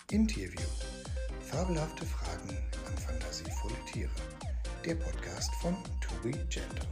Interview. Fabelhafte Fragen an fantasievolle Tiere. Der Podcast von To Be Gentle.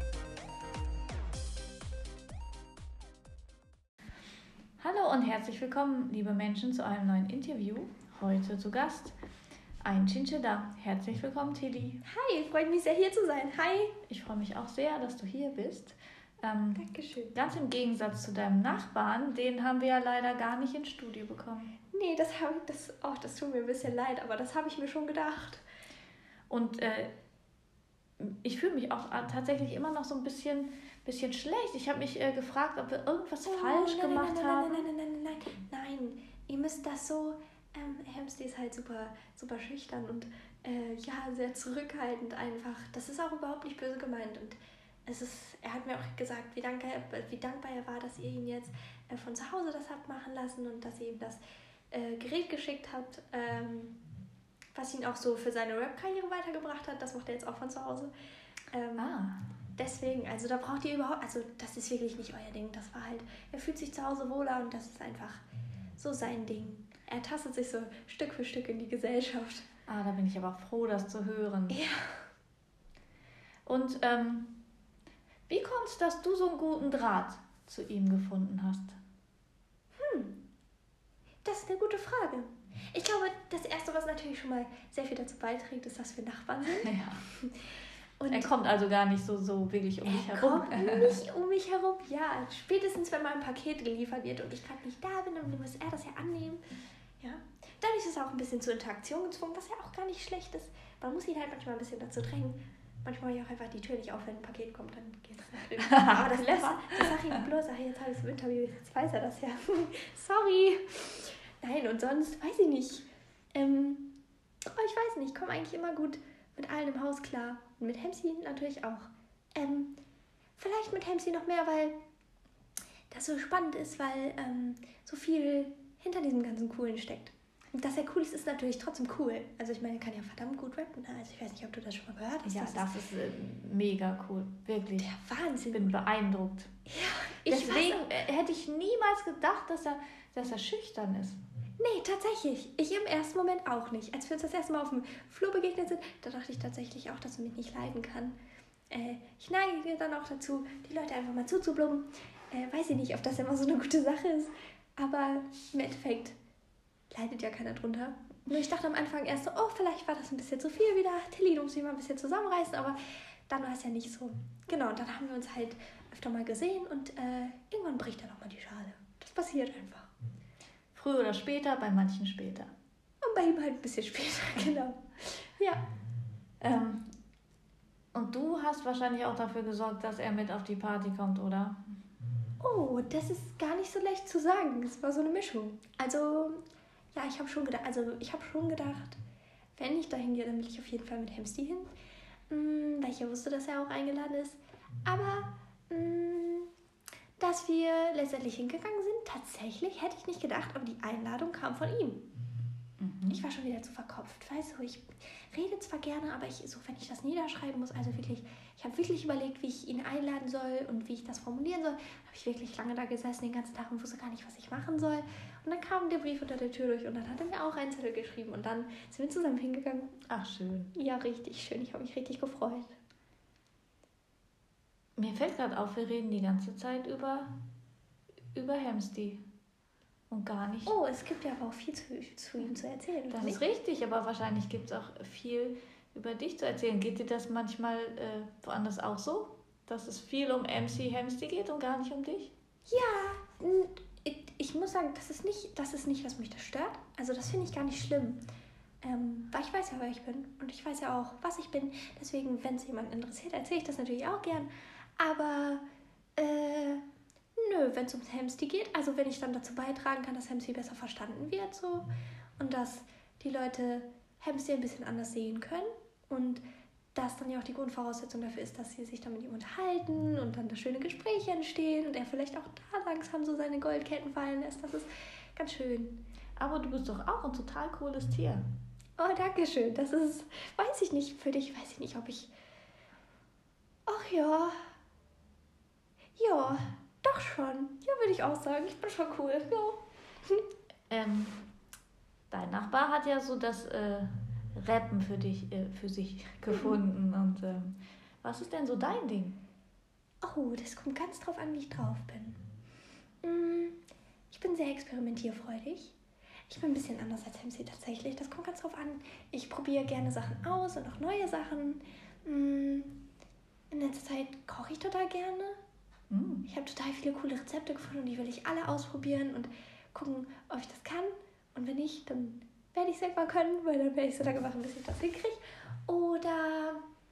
Hallo und herzlich willkommen, liebe Menschen, zu einem neuen Interview. Heute zu Gast ein Chinchilla. Herzlich willkommen, Tilly. Hi, freut mich sehr, hier zu sein. Hi. Ich freue mich auch sehr, dass du hier bist. Dankeschön. Ganz im Gegensatz zu deinem Nachbarn, den haben wir ja leider gar nicht ins Studio bekommen. Nee, das tut mir ein bisschen leid, aber das habe ich mir schon gedacht. Und ich fühle mich auch tatsächlich immer noch so ein bisschen schlecht. Ich habe mich gefragt, ob wir irgendwas falsch gemacht haben. Nein, ihr müsst das so... Hamsti ist halt super, super schüchtern und sehr zurückhaltend einfach. Das ist auch überhaupt nicht böse gemeint. Und er hat mir auch gesagt, wie dankbar er war, dass ihr ihn jetzt von zu Hause das habt machen lassen und dass ihr ihm das Gerät geschickt habt, was ihn auch so für seine Rap-Karriere weitergebracht hat. Das macht er jetzt auch von zu Hause. Deswegen, also da braucht ihr überhaupt, also das ist wirklich nicht euer Ding. Das war halt, er fühlt sich zu Hause wohler und das ist einfach so sein Ding. Er tastet sich so Stück für Stück in die Gesellschaft. Da bin ich aber froh, das zu hören. Ja. Und wie kommt es, dass du so einen guten Draht zu ihm gefunden hast? Das ist eine gute Frage. Ich glaube, das Erste, was natürlich schon mal sehr viel dazu beiträgt, ist, dass wir Nachbarn sind. Ja. Und er kommt also gar nicht so wirklich um dich herum. Er kommt nicht um mich herum, ja. Spätestens, wenn mal ein Paket geliefert wird und ich gerade nicht da bin, dann muss er das ja annehmen. Ja. Dadurch ist es auch ein bisschen zur Interaktion gezwungen, was ja auch gar nicht schlecht ist. Man muss ihn halt manchmal ein bisschen dazu drängen. Manchmal ja auch einfach die Tür nicht auf, wenn ein Paket kommt, dann geht es natürlich. Aber das sag ich bloß, jetzt habe ich es im Interview, jetzt weiß er das ja. Sorry. Nein, und sonst, weiß ich nicht. Ich weiß nicht, ich komme eigentlich immer gut mit allen im Haus klar. Und mit Hamsti natürlich auch. Vielleicht mit Hamsti noch mehr, weil das so spannend ist, weil so viel hinter diesem ganzen Coolen steckt. Dass er cool ist natürlich trotzdem cool. Also ich meine, er kann ja verdammt gut rappen. Also ich weiß nicht, ob du das schon mal gehört hast. Ja, das ist mega cool. Wirklich. Der Wahnsinn. Ich bin beeindruckt. Ja, deswegen hätte ich niemals gedacht, dass er schüchtern ist. Nee, tatsächlich. Ich im ersten Moment auch nicht. Als wir uns das erste Mal auf dem Flur begegnet sind, da dachte ich tatsächlich auch, dass er mich nicht leiden kann. Ich neige dann auch dazu, die Leute einfach mal zuzublubben. Weiß ich nicht, ob das immer so eine gute Sache ist. Aber im Endeffekt leidet ja keiner drunter. Nur ich dachte am Anfang erst so, vielleicht war das ein bisschen zu viel wieder. Tilly, du musst dich mal ein bisschen zusammenreißen. Aber dann war es ja nicht so. Genau, und dann haben wir uns halt öfter mal gesehen und irgendwann bricht dann auch mal die Schale. Das passiert einfach. Früher oder später, bei manchen später. Und bei ihm halt ein bisschen später, genau. Ja. Und du hast wahrscheinlich auch dafür gesorgt, dass er mit auf die Party kommt, oder? Oh, das ist gar nicht so leicht zu sagen. Es war so eine Mischung. Also, ja, ich habe schon gedacht, wenn ich dahin gehe, dann will ich auf jeden Fall mit Hamsti hin. Weil ich ja wusste, dass er auch eingeladen ist. Aber, dass wir letztendlich hingegangen sind, tatsächlich hätte ich nicht gedacht, aber die Einladung kam von ihm. Ich war schon wieder zu verkopft, weißt du, ich rede zwar gerne, aber wenn ich das niederschreiben muss, also wirklich, ich habe wirklich überlegt, wie ich ihn einladen soll und wie ich das formulieren soll, habe ich wirklich lange da gesessen den ganzen Tag und wusste gar nicht, was ich machen soll. Und dann kam der Brief unter der Tür durch und dann hat er mir auch einen Zettel geschrieben und dann sind wir zusammen hingegangen. Ach, schön. Ja, richtig schön, ich habe mich richtig gefreut. Mir fällt gerade auf, wir reden die ganze Zeit über Hamsti. Und gar nicht. Oh, es gibt ja aber auch viel zu ihm zu erzählen. Das ist richtig, aber wahrscheinlich gibt es auch viel über dich zu erzählen. Geht dir das manchmal woanders auch so? Dass es viel um MC Hamsti geht und gar nicht um dich? Ja, ich muss sagen, das ist nicht, was mich das stört. Also das finde ich gar nicht schlimm. Weil ich weiß ja, wer ich bin. Und ich weiß ja auch, was ich bin. Deswegen, wenn es jemand interessiert, erzähle ich das natürlich auch gern. Aber, wenn es ums Hamsti geht, also wenn ich dann dazu beitragen kann, dass Hamsti besser verstanden wird, so, und dass die Leute Hamsti ein bisschen anders sehen können und dass dann ja auch die Grundvoraussetzung dafür ist, dass sie sich dann mit ihm unterhalten und dann da schöne Gespräche entstehen und er vielleicht auch da langsam so seine Goldketten fallen lässt, das ist ganz schön. Aber du bist doch auch ein total cooles Tier. Oh, danke schön, das ist, weiß ich nicht, für dich weiß ich nicht, ob ich, ach ja, doch schon. Ja, würde ich auch sagen. Ich bin schon cool. Ja. dein Nachbar hat ja so das Rappen für sich gefunden. Und was ist denn so dein Ding? Oh, das kommt ganz drauf an, wie ich drauf bin. Ich bin sehr experimentierfreudig. Ich bin ein bisschen anders als MC tatsächlich. Das kommt ganz drauf an. Ich probiere gerne Sachen aus und auch neue Sachen. In letzter Zeit koche ich total gerne. Ich habe total viele coole Rezepte gefunden und die will ich alle ausprobieren und gucken, ob ich das kann. Und wenn nicht, dann werde ich es irgendwann können, weil dann werde ich so lange machen, bis ich das hinkriege. Oder,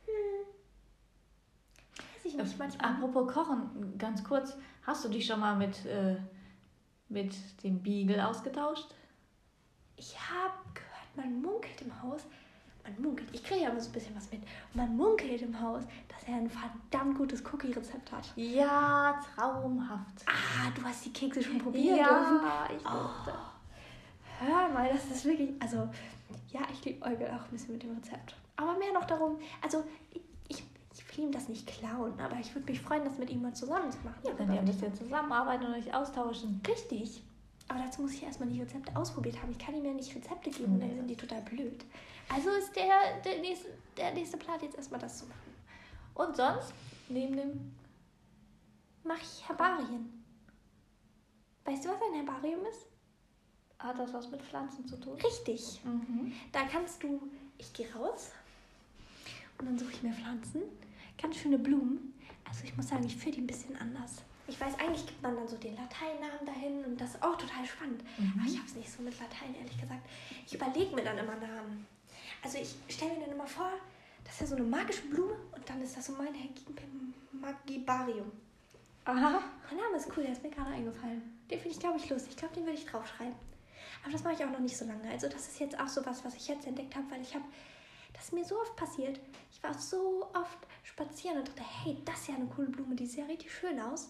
weiß ich nicht, manchmal. Apropos Kochen, ganz kurz, hast du dich schon mal mit dem Beagle ausgetauscht? Ich habe gehört, man munkelt im Haus, ich kriege ja immer so ein bisschen was mit, und man munkelt im Haus, dass er ein verdammt gutes Cookie-Rezept hat. Ja, traumhaft. Du hast die Kekse schon probiert? Ja, ich durfte. Hör mal, das ist wirklich, also, ja, ich liebe Eugen auch ein bisschen mit dem Rezept. Aber mehr noch darum, also, ich will ihm das nicht klauen, aber ich würde mich freuen, das mit ihm mal zusammen zu machen. Ja, wenn ihr ein bisschen zusammenarbeiten und euch austauschen. Richtig. Aber dazu muss ich erstmal die Rezepte ausprobiert haben. Ich kann ihm ja nicht Rezepte geben, dann sind die total blöd. Also ist der nächste Plan jetzt erstmal das zu machen. Und sonst, neben dem... Mache ich Herbarien. Weißt du, was ein Herbarium ist? Hat das was mit Pflanzen zu tun? Richtig. Da ich gehe raus und dann suche ich mir Pflanzen, ganz schöne Blumen. Also ich muss sagen, ich fühle die ein bisschen anders. Ich weiß, eigentlich gibt man dann so den Lateinnamen dahin und das ist auch total spannend. Aber ich habe es nicht so mit Latein, ehrlich gesagt. Ich überlege mir dann immer Namen. Also ich stelle mir dann immer vor, das ist ja so eine magische Blume und dann ist das so mein Magibarium. Aha. Der Name ist cool, der ist mir gerade eingefallen. Den finde ich, glaube ich, lustig. Ich glaube, den würde ich draufschreiben. Aber das mache ich auch noch nicht so lange. Also das ist jetzt auch so was ich jetzt entdeckt habe, weil das ist mir so oft passiert. Ich war so oft spazieren und dachte, hey, das ist ja eine coole Blume, die sieht ja richtig schön aus.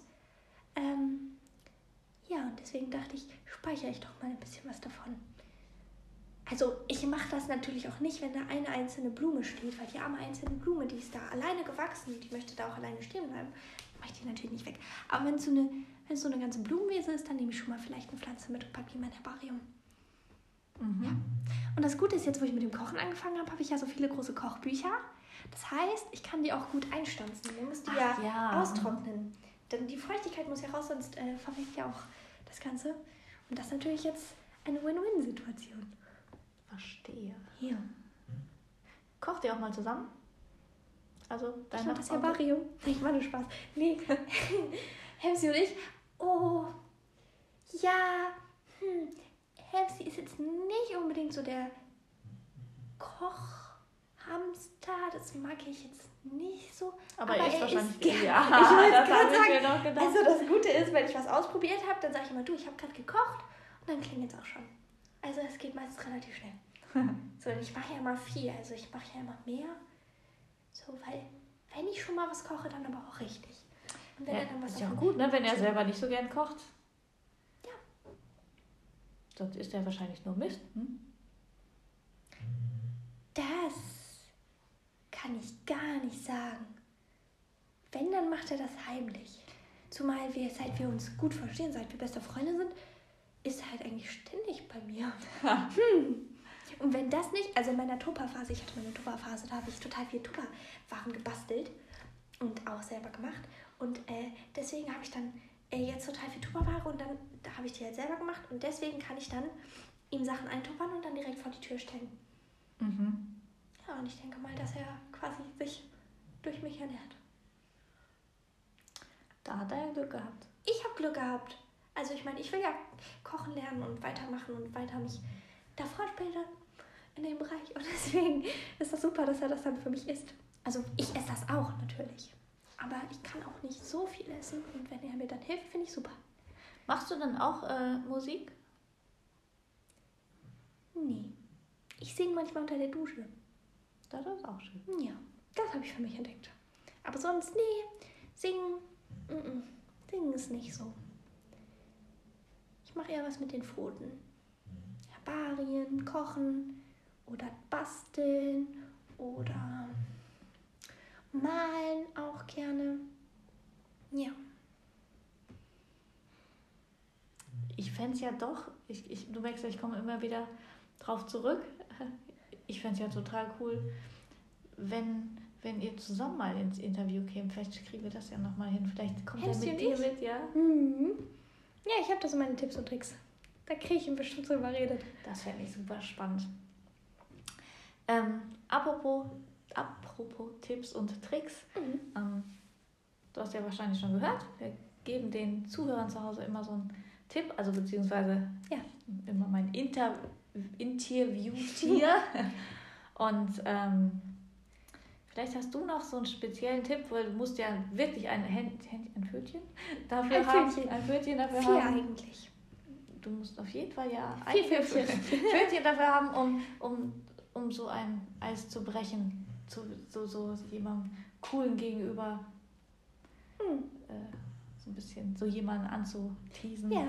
Ja, und deswegen dachte ich, speichere ich doch mal ein bisschen was davon. Also ich mache das natürlich auch nicht, wenn da eine einzelne Blume steht, weil die arme einzelne Blume, die ist da alleine gewachsen, die möchte da auch alleine stehen bleiben. Mache ich die natürlich nicht weg. Aber wenn es so eine ganze Blumenwiese ist, dann nehme ich schon mal vielleicht eine Pflanze mit und packe die in mein Herbarium. Ja. Und das Gute ist, jetzt wo ich mit dem Kochen angefangen habe, habe ich ja so viele große Kochbücher. Das heißt, ich kann die auch gut einstanzen. Man muss die austrocknen. Denn die Feuchtigkeit muss ja raus, sonst verwelkt ja auch das Ganze. Und das ist natürlich jetzt eine Win-Win-Situation. Verstehe. Ja. Kocht ihr auch mal zusammen? Also Ich mache das Herbarium. Ich mache nur Spaß. Nee. Hemsi und ich. Oh. Ja. Hemsi ist jetzt nicht unbedingt so der Kochhamster. Das mag ich jetzt nicht so. Aber er ist wahrscheinlich gerne. Ja, ich wollte das gerade habe ich mir noch gedacht. Also das Gute ist, wenn ich was ausprobiert habe, dann sage ich immer, ich habe gerade gekocht und dann klingelt es auch schon. Also es geht meistens relativ schnell. So, ich mache ja immer viel, also ich mache ja immer mehr. So, weil wenn ich schon mal was koche, dann aber auch richtig. Und wenn er dann was ist ja auch gut, ne? Wenn er selber nicht so gern kocht. Ja. Sonst isst er wahrscheinlich nur Mist. Das kann ich gar nicht sagen. Wenn, dann macht er das heimlich. Zumal seit wir uns gut verstehen, seit wir beste Freunde sind, ist er halt eigentlich ständig bei mir. Und wenn das nicht, also in meiner Tupperphase, ich hatte meine Tupperphase, da habe ich total viel Tupperwaren gebastelt und auch selber gemacht. Und deswegen habe ich dann jetzt total viel Tupperware und dann da habe ich die halt selber gemacht. Und deswegen kann ich dann ihm Sachen eintuppern und dann direkt vor die Tür stellen. Ja, und ich denke mal, dass er quasi sich durch mich ernährt. Da hat er ja Glück gehabt. Ich habe Glück gehabt. Also ich meine, ich will ja kochen lernen und weitermachen und weiter mich da fortbilden in dem Bereich. Und deswegen ist das super, dass er das dann für mich isst. Also ich esse das auch natürlich. Aber ich kann auch nicht so viel essen. Und wenn er mir dann hilft, finde ich super. Machst du dann auch Musik? Nee. Ich singe manchmal unter der Dusche. Das ist auch schön. Ja, das habe ich für mich entdeckt. Aber sonst, nee, singen, singen ist nicht so. Ich mache eher was mit den Pfoten. Herbarien, kochen oder basteln oder malen auch gerne. Ja. Ich fände es ja doch, du merkst ja, ich komme immer wieder drauf zurück. Ich fände es ja total cool, wenn ihr zusammen mal ins Interview kämt. Vielleicht kriegen wir das ja nochmal hin. Vielleicht kommt er mit dir mit, ja? Ja, ich habe da so meine Tipps und Tricks. Da kriege ich ihn bestimmt so überredet. Das fände ich super spannend. Apropos Tipps und Tricks. Du hast ja wahrscheinlich schon gehört, wir geben den Zuhörern zu Hause immer so einen Tipp, also beziehungsweise immer mein Interviewtier. Und vielleicht hast du noch so einen speziellen Tipp, weil du musst ja wirklich ein Pfötchen dafür haben. Ein Pfötchen dafür 4 haben. eigentlich. Du musst auf jeden Fall ein 4 Pfötchen. Pfötchen dafür haben, um so ein Eis zu brechen, so jemandem coolen gegenüber, so ein bisschen so jemanden anzuteasen. Ja.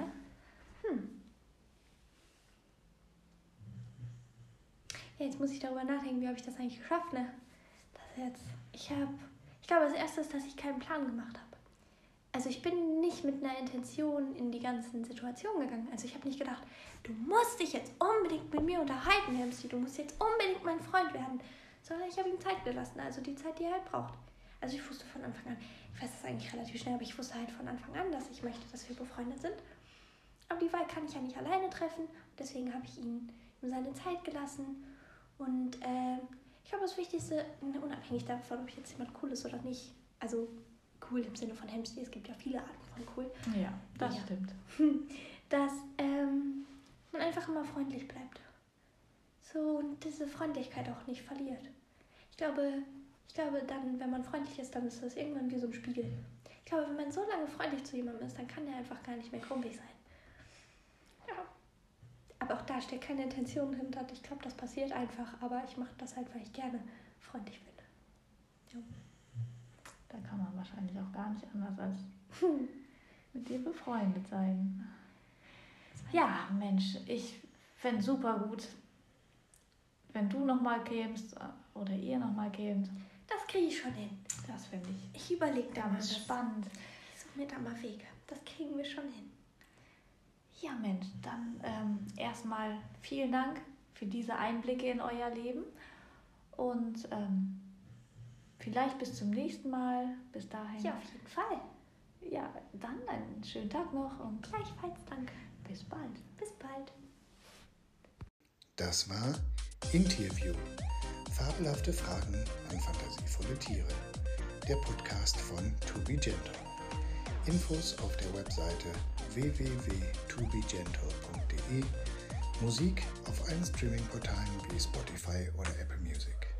Ja, jetzt muss ich darüber nachdenken, wie habe ich das eigentlich geschafft, ne? Ich glaube, das Erste ist, dass ich keinen Plan gemacht habe. Also ich bin nicht mit einer Intention in die ganzen Situationen gegangen. Also ich habe nicht gedacht, du musst dich jetzt unbedingt mit mir unterhalten, MC, du musst jetzt unbedingt mein Freund werden. Sondern ich habe ihm Zeit gelassen, also die Zeit, die er halt braucht. Also ich wusste von Anfang an, ich weiß das eigentlich relativ schnell, aber ich wusste halt von Anfang an, dass ich möchte, dass wir befreundet sind. Aber die Wahl kann ich ja nicht alleine treffen. Deswegen habe ich ihm seine Zeit gelassen. Und ich glaube, das Wichtigste, unabhängig davon, ob jetzt jemand cool ist oder nicht, also cool im Sinne von Hemsty, es gibt ja viele Arten von cool. Ja, das stimmt. Dass man einfach immer freundlich bleibt. So, und diese Freundlichkeit auch nicht verliert. Ich glaube dann, wenn man freundlich ist, dann ist das irgendwann wie so ein Spiegel. Ich glaube, wenn man so lange freundlich zu jemandem ist, dann kann der einfach gar nicht mehr krummig sein. Ja. Aber auch da steckt keine Intention hinter. Ich glaube, das passiert einfach, aber ich mache das halt, weil ich gerne freundlich bin. Ja. Da kann man wahrscheinlich auch gar nicht anders als mit dir befreundet sein. Ja, Mensch, ich fände es super gut, wenn du nochmal kämst oder ihr nochmal kämt. Das kriege ich schon hin. Das finde ich Ich überlege da mal. ganz spannend. Ich suche mir da mal Wege. Das kriegen wir schon hin. Ja, Mensch, dann erstmal vielen Dank für diese Einblicke in euer Leben und vielleicht bis zum nächsten Mal. Bis dahin. Ja, auf jeden Fall. Ja, dann einen schönen Tag noch und Gleichfalls, danke. bis bald. Bis bald. Das war Interview. Fabelhafte Fragen an fantasievolle Tiere. Der Podcast von To Be Gentle. Infos auf der Webseite www.tobegentle.de. Musik auf allen Streaming-Portalen wie Spotify oder Apple Music.